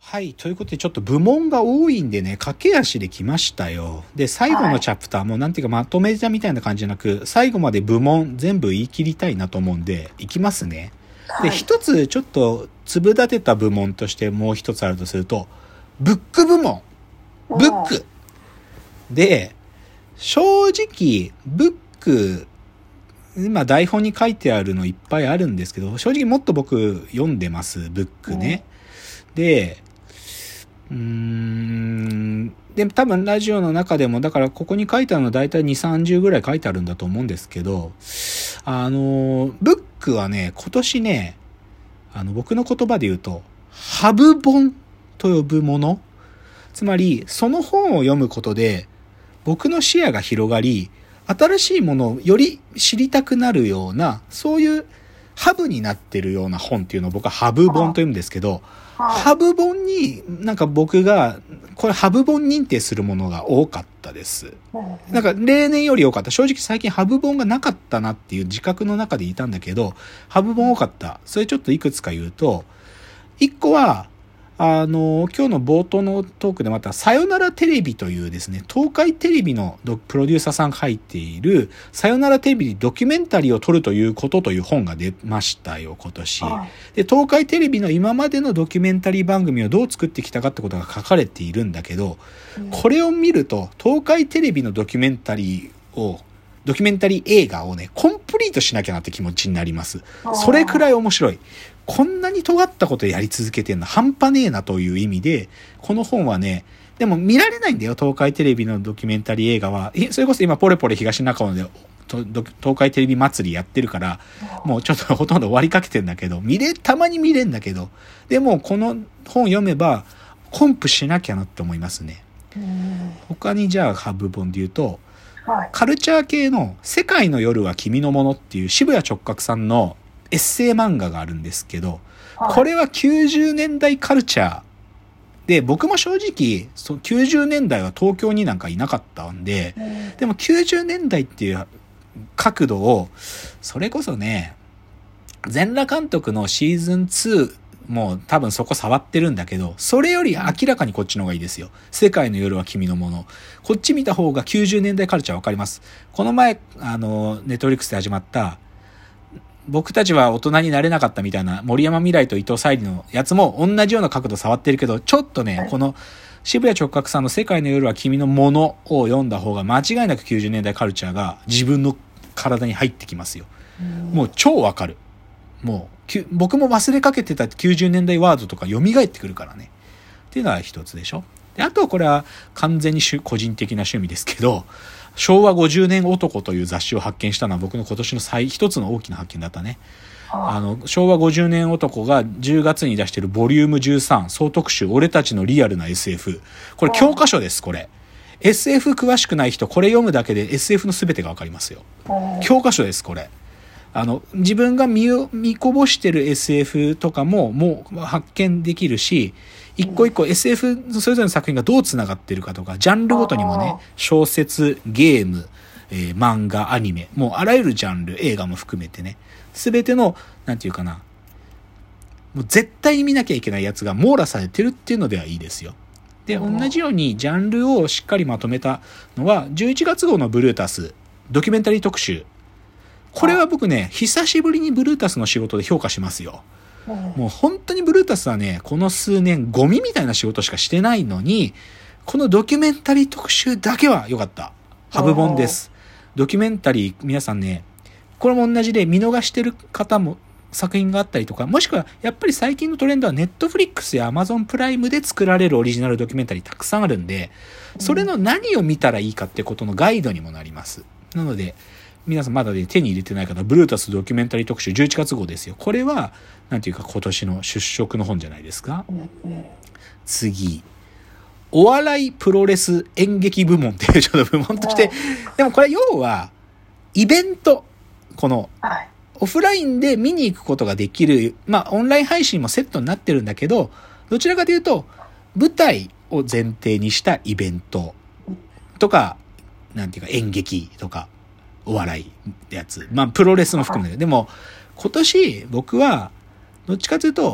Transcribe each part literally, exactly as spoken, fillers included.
はい。ということで、ちょっと部門が多いんでね、駆け足で来ましたよ。で、最後のチャプターも、なんていうかまとめたみたいな感じじゃなく、最後まで部門全部言い切りたいなと思うんで、いきますね。で、一つちょっと粒立てた部門としてもう一つあるとすると、ブック部門。ブック。で、正直、ブック、今台本に書いてあるのいっぱいあるんですけど、正直もっと僕読んでます、ブックね。で、うーん、で、多分ラジオの中でも、だからここに書いてあるのだいたいにじゅう、さんじゅうぐらい書いてあるんだと思うんですけど、あの、ブックはね、今年ね、あの、僕の言葉で言うと、ハブ本と呼ぶもの。つまり、その本を読むことで、僕の視野が広がり、新しいものをより知りたくなるような、そういうハブになってるような本っていうのを僕はハブ本と言うんですけど、ハブ本になんか僕が、これハブ本認定するものが多かったです。なんか例年より多かった。正直最近ハブ本がなかったなっていう自覚の中でいたんだけど、ハブ本多かった。それちょっといくつか言うと、一個は、あの、今日の冒頭のトークでまた、さよならテレビというですね、東海テレビのプロデューサーさんが書いている、さよならテレビにドキュメンタリーを撮るということという本が出ましたよ、今年。で、東海テレビの今までのドキュメンタリー番組をどう作ってきたかってことが書かれているんだけど、これを見ると、東海テレビのドキュメンタリーを、ドキュメンタリー映画をね、コンプリートしなきゃなって気持ちになります。それくらい面白い。こんなに尖ったことやり続けてんの半端ねえなという意味で、この本はね、でも見られないんだよ、東海テレビのドキュメンタリー映画は。それこそ今ポレポレ東中野で東海テレビ祭りやってるから、もうちょっとほとんど終わりかけてんだけど、見れ、たまに見れんだけど、でもこの本読めば、コンプしなきゃなって思いますね。他にじゃあハブ本で言うと、カルチャー系の世界の夜は君のものっていう渋谷直角さんのエッセイ漫画があるんですけど、これはきゅうじゅうねんだいカルチャーで、僕も正直きゅうじゅうねんだいは東京になんかいなかったんで、でもきゅうじゅうねんだいっていう角度を、それこそね、全裸監督のシーズンツーも多分そこ触ってるんだけど、それより明らかにこっちの方がいいですよ。世界の夜は君のもの。こっち見た方がきゅうじゅうねんだいカルチャーわかります。この前、あの、ネットフリックスで始まった、僕たちは大人になれなかったみたいな森山未来と伊藤沙莉のやつも同じような角度触ってるけど、ちょっとね、この渋谷直角さんの世界の夜は君のものを読んだ方が間違いなくきゅうじゅうねんだいカルチャーが自分の体に入ってきますよ。もう超わかる。もう、僕も忘れかけてたきゅうじゅうねんだいワードとか蘇ってくるからね。っていうのは一つでしょ。で、あとはこれは完全に個人的な趣味ですけど、昭和ごじゅうねん男という雑誌を発見したのは僕の今年の最一つの大きな発見だったね。あの、昭和ごじゅうねん男がじゅうがつに出しているボリュームじゅうさん総特集俺たちのリアルな エスエフ。これ教科書です、これ。エスエフ 詳しくない人、これ読むだけで エスエフ の全てがわかりますよ。教科書です、これ。あの、自分が見を、見こぼしてる エスエフ とかももう発見できるし、一個一個 エスエフ のそれぞれの作品がどう繋がってるかとか、ジャンルごとにもね、小説、ゲーム、えー、漫画、アニメ、もうあらゆるジャンル、映画も含めてね、すべての、なんていうかな、もう絶対に見なきゃいけないやつが網羅されてるっていうのではいいですよ。で、同じようにジャンルをしっかりまとめたのは、じゅういちがつ号のブルータス、ドキュメンタリー特集。これは僕ね、久しぶりにブルータスの仕事で評価しますよ。もう本当にブルータスはね、この数年ゴミみたいな仕事しかしてないのに、このドキュメンタリー特集だけは良かった。ハブ本です。ドキュメンタリー、皆さんね、これも同じで見逃してる方も作品があったりとか、もしくはやっぱり最近のトレンドはネットフリックスやアマゾンプライムで作られるオリジナルドキュメンタリーたくさんあるんで、それの何を見たらいいかってことのガイドにもなります。なので、皆さんまだ、ね、手に入れてない方、ブルータスドキュメンタリー特集じゅういちがつ号ですよ。これは、なんていうか今年の出色の本じゃないですか。次。お笑いプロレス演劇部門っていうちょっと部門として、でもこれ要は、イベント、この、オフラインで見に行くことができる、まあオンライン配信もセットになってるんだけど、どちらかというと、舞台を前提にしたイベントとか、なんていうか演劇とか、お笑いってやつ。まあ、プロレスも含めて。でも、今年、僕は、どっちかというと、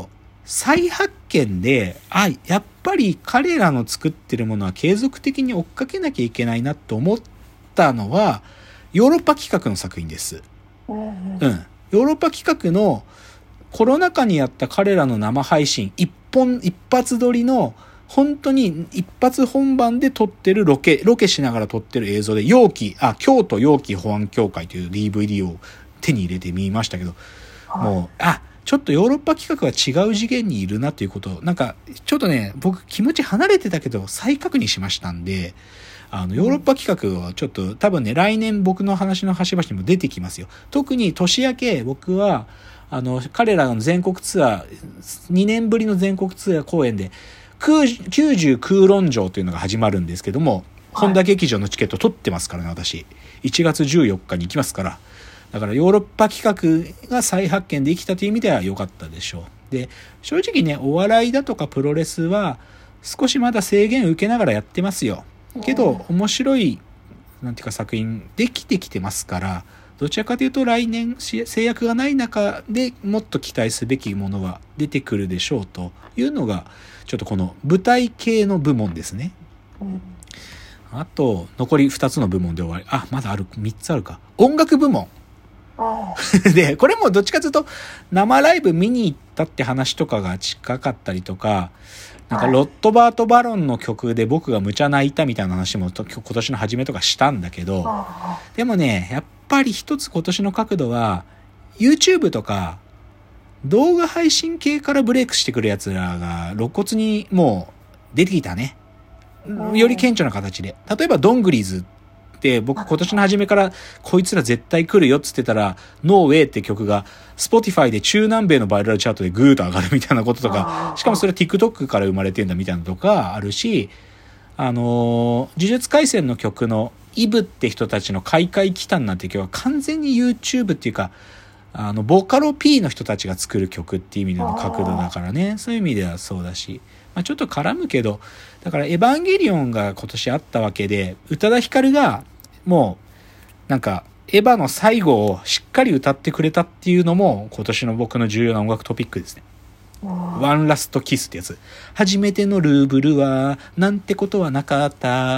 再発見で、あ、やっぱり彼らの作ってるものは継続的に追っかけなきゃいけないなと思ったのは、ヨーロッパ企画の作品です。うん。ヨーロッパ企画のコロナ禍にやった彼らの生配信、一本、一発撮りの、本当に一発本番で撮ってるロケ、ロケしながら撮ってる映像で、容器、あ、京都容器保安協会という ディーブイディー を手に入れてみましたけど、もう、あ、ちょっとヨーロッパ企画は違う次元にいるなということを、なんか、ちょっとね、僕気持ち離れてたけど、再確認しましたんで、あの、ヨーロッパ企画はちょっと、多分ね、来年僕の話の端々にも出てきますよ。特に年明け、僕は、あの、彼らの全国ツアー、にねんぶりの全国ツアー公演で、きゅうじゅう空論城というのが始まるんですけども、本田劇場のチケット取ってますからね、私。いちがつじゅうよっかに行きますから。だからヨーロッパ企画が再発見できたという意味では良かったでしょう。で、正直ね、お笑いだとかプロレスは少しまだ制限を受けながらやってますよ。けど、面白い、なんていうか作品できてきてますから、どちらかというと来年制約がない中でもっと期待すべきものは出てくるでしょうというのが、ちょっとこの舞台系の部門ですね。あと、残りふたつの部門で終わり。あ、まだある、みっつあるか。音楽部門。で、これもどっちかというと、生ライブ見に行ったって話とかが近かったりとか、なんかロットバート・バロンの曲で僕がむちゃ泣いたみたいな話も今年の初めとかしたんだけど、でもね、やっぱり一つ今年の角度は、YouTube とか動画配信系からブレイクしてくる奴らが露骨にもう出てきたね。より顕著な形で。例えばドングリーズって僕今年の初めからこいつら絶対来るよっつってたら、ノーウェイって曲が Spotify で中南米のバイラルチャートでグーッと上がるみたいなこととか、しかもそれ TikTok から生まれてんだみたいなのとかあるし、あのー、呪術廻戦の曲のイブって人たちの開会期間なんて曲は完全に YouTube っていうか、あの、ボカロ P の人たちが作る曲っていう意味での角度だからね。そういう意味ではそうだし。まあ、ちょっと絡むけど、だからエヴァンゲリオンが今年あったわけで、宇多田ヒカルがもう、なんか、エヴァの最後をしっかり歌ってくれたっていうのも今年の僕の重要な音楽トピックですね。ワンラストキスってやつ。初めてのルーブルは、なんてことはなかった。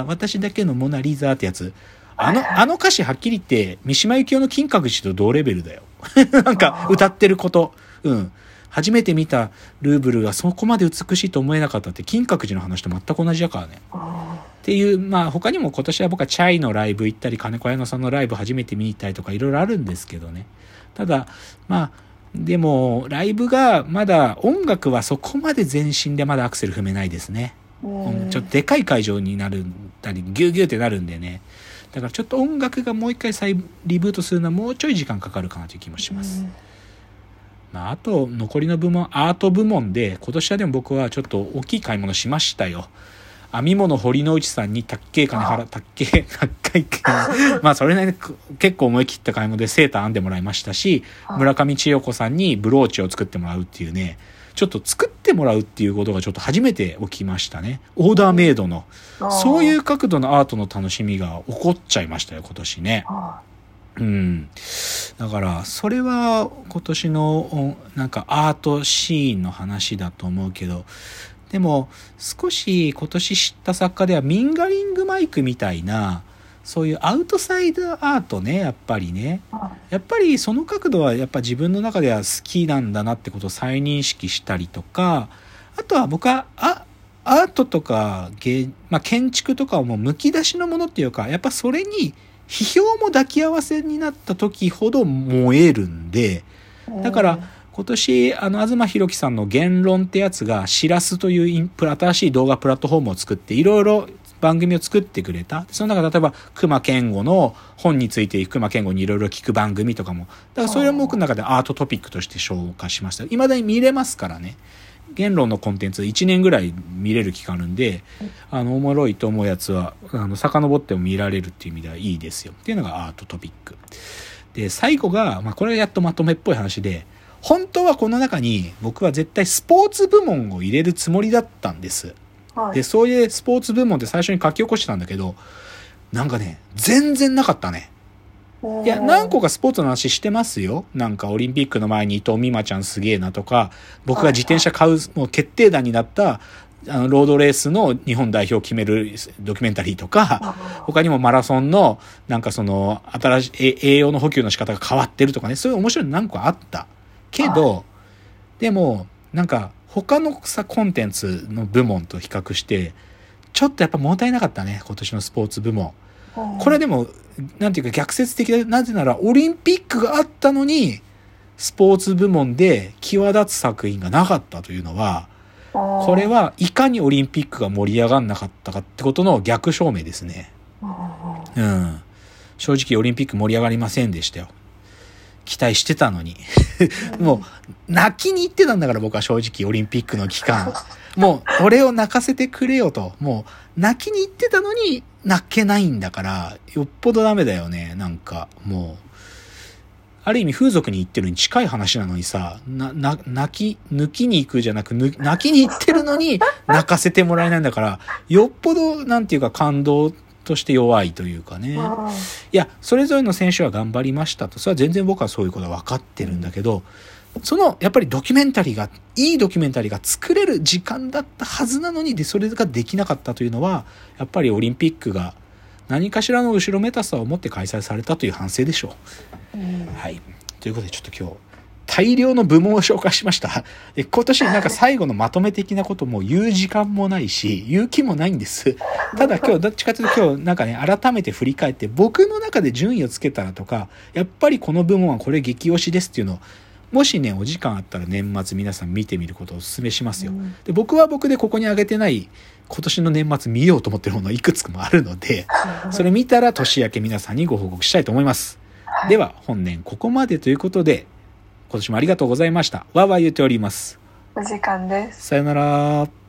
私だけのモナリザってやつ。あの、あの歌詞はっきり言って、三島由紀夫の金閣寺と同レベルだよ。なんか、歌ってること。うん。初めて見たルーブルがそこまで美しいと思えなかったって金閣寺の話と全く同じだからね。っていう、まあ他にも今年は僕はチャイのライブ行ったり、金子綾乃さんのライブ初めて見に行ったりとかいろいろあるんですけどね。ただ、まあ、でも、ライブがまだ音楽はそこまで全身でまだアクセル踏めないですね。うん、ちょっとでかい会場になるたり、ギューギューってなるんでね。だからちょっと音楽がもう一回再リブートするのはもうちょい時間かかるかなという気もします。まあ、あと残りの部門、アート部門で今年はでも僕はちょっと大きい買い物しましたよ。編み物堀之内さんにたっけえ金払、たっけえ、高い金。まあそれなりに結構思い切った買い物でセーター編んでもらいましたし、村上千代子さんにブローチを作ってもらうっていうね、ちょっと作ってもらうっていうことがちょっと初めて起きましたね。オーダーメイドの。そういう角度のアートの楽しみが起こっちゃいましたよ、今年ね。うん。だから、それは今年のなんかアートシーンの話だと思うけど、でも少し今年知った作家ではミンガリングマイクみたいな、そういうアウトサイドアートね、やっぱりね。やっぱりその角度はやっぱ自分の中では好きなんだなってことを再認識したりとか、あとは僕は、あ、アートとか芸、まあ、建築とかはもうむき出しのものっていうか、やっぱそれに批評も抱き合わせになった時ほど燃えるんで、だから今年、あの、東博樹さんの言論ってやつが、しらすというインプ新しい動画プラットフォームを作って、いろいろ番組を作ってくれた。その中で例えば、熊健吾の本について熊健吾にいろいろ聞く番組とかも。だからそれも僕の中でアートトピックとして消化しました。未だに見れますからね。言論のコンテンツいちねんぐらい見れる期間あるんで、あの、おもろいと思うやつは、あの、遡っても見られるっていう意味ではいいですよ。っていうのがアートトピック。で、最後が、まあ、これはやっとまとめっぽい話で、本当はこの中に僕は絶対スポーツ部門を入れるつもりだったんです。はい、で、そういうスポーツ部門って最初に書き起こしてたんだけど、なんかね、全然なかったね。 いや、何個かスポーツの話してますよ。なんかオリンピックの前に伊藤美誠ちゃんすげえなとか、僕が自転車買う、もう決定打になった、あの、ロードレースの日本代表を決めるドキュメンタリーとか、他にもマラソンの、なんかその、新しい、栄養の補給の仕方が変わってるとかね、そういう面白いの何個あった。けど、でも、なんか、他のさ、コンテンツの部門と比較して、ちょっとやっぱ物足りなかったね、今年のスポーツ部門。これでも、なんていうか逆説的で、なぜならオリンピックがあったのに、スポーツ部門で際立つ作品がなかったというのは、これはいかにオリンピックが盛り上がんなかったかってことの逆証明ですね。うん。正直オリンピック盛り上がりませんでしたよ。期待してたのに。もう、泣きに行ってたんだから僕は正直オリンピックの期間。もう、俺を泣かせてくれよと。もう、泣きに行ってたのに泣けないんだから、よっぽどダメだよね。なんか、もう。ある意味風俗に行ってるに近い話なのにさ、な、な、泣き、抜きに行くじゃなく、ぬ泣きに行ってるのに泣かせてもらえないんだから、よっぽど、なんていうか感動として弱いというかね。いや、それぞれの選手は頑張りましたと。それは全然僕はそういうことは分かってるんだけど、その、やっぱりドキュメンタリーが、いいドキュメンタリーが作れる時間だったはずなのに、で、それができなかったというのは、やっぱりオリンピックが何かしらの後ろめたさを持って開催されたという反省でしょう。うん、はい。ということで、ちょっと今日、大量の部門を紹介しました。で、今年なんか最後のまとめ的なことも言う時間もないし、言う気もないんです。ただ今日、どっちかというと今日なんかね、改めて振り返って、僕の中で順位をつけたらとか、やっぱりこの部門はこれ激推しですっていうのを、もしね、お時間あったら年末皆さん見てみることをお勧めしますよ。で、僕は僕でここに挙げてない今年の年末見ようと思ってるものいくつかもあるので、それ見たら年明け皆さんにご報告したいと思います。では、本年ここまでということで、今年もありがとうございました。わーわー言っております。 お時間です。 さよなら。